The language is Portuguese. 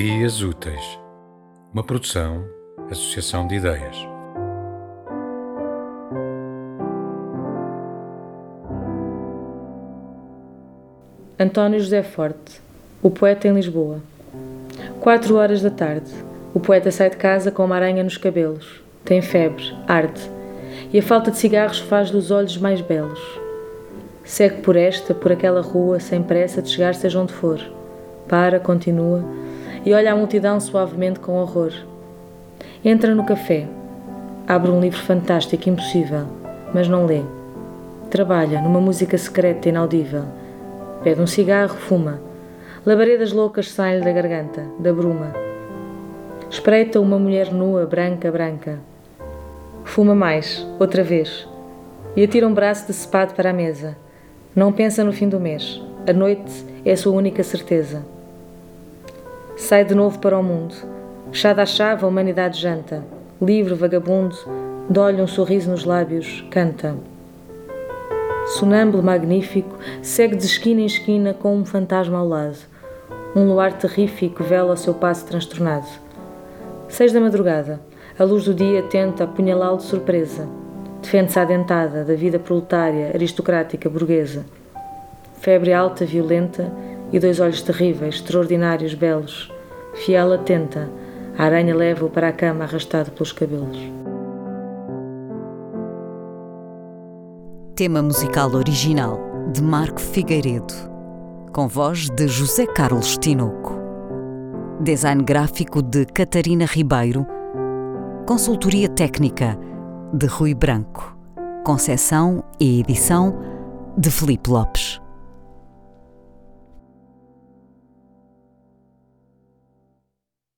Dias Úteis, uma produção, associação de ideias. António José Forte, o poeta em Lisboa. 4 horas da tarde. O poeta sai de casa com uma aranha nos cabelos. Tem febre, arde, e a falta de cigarros faz dos olhos mais belos. Segue por aquela rua, sem pressa de chegar seja onde for. Para, continua, e olha a multidão suavemente com horror. Entra no café. Abre um livro fantástico, impossível, mas não lê. Trabalha numa música secreta, inaudível. Pede um cigarro, fuma. Labaredas loucas saem-lhe da garganta, da bruma. Espreita uma mulher nua, branca, branca. Fuma mais, outra vez. E atira um braço decepado para a mesa. Não pensa no fim do mês. A noite é a sua única certeza. Sai de novo para o mundo. Chada à chave, a humanidade janta. Livre, vagabundo, dá-lhe um sorriso nos lábios, canta. Sonâmbulo magnífico, segue de esquina em esquina com um fantasma ao lado. Um luar terrífico vela o seu passo transtornado. 6 da madrugada. A luz do dia tenta apunhalá-lo de surpresa. Defende-se à dentada da vida proletária, aristocrática, burguesa. Febre alta, violenta e 2 olhos terríveis, extraordinários, belos. Fiel atenta, a aranha leva-o para a cama arrastado pelos cabelos. Tema musical original de Marco Figueiredo, com voz de José Carlos Tinoco. Design gráfico de Catarina Ribeiro. Consultoria técnica de Rui Branco. Conceção e edição de Filipe Lopes.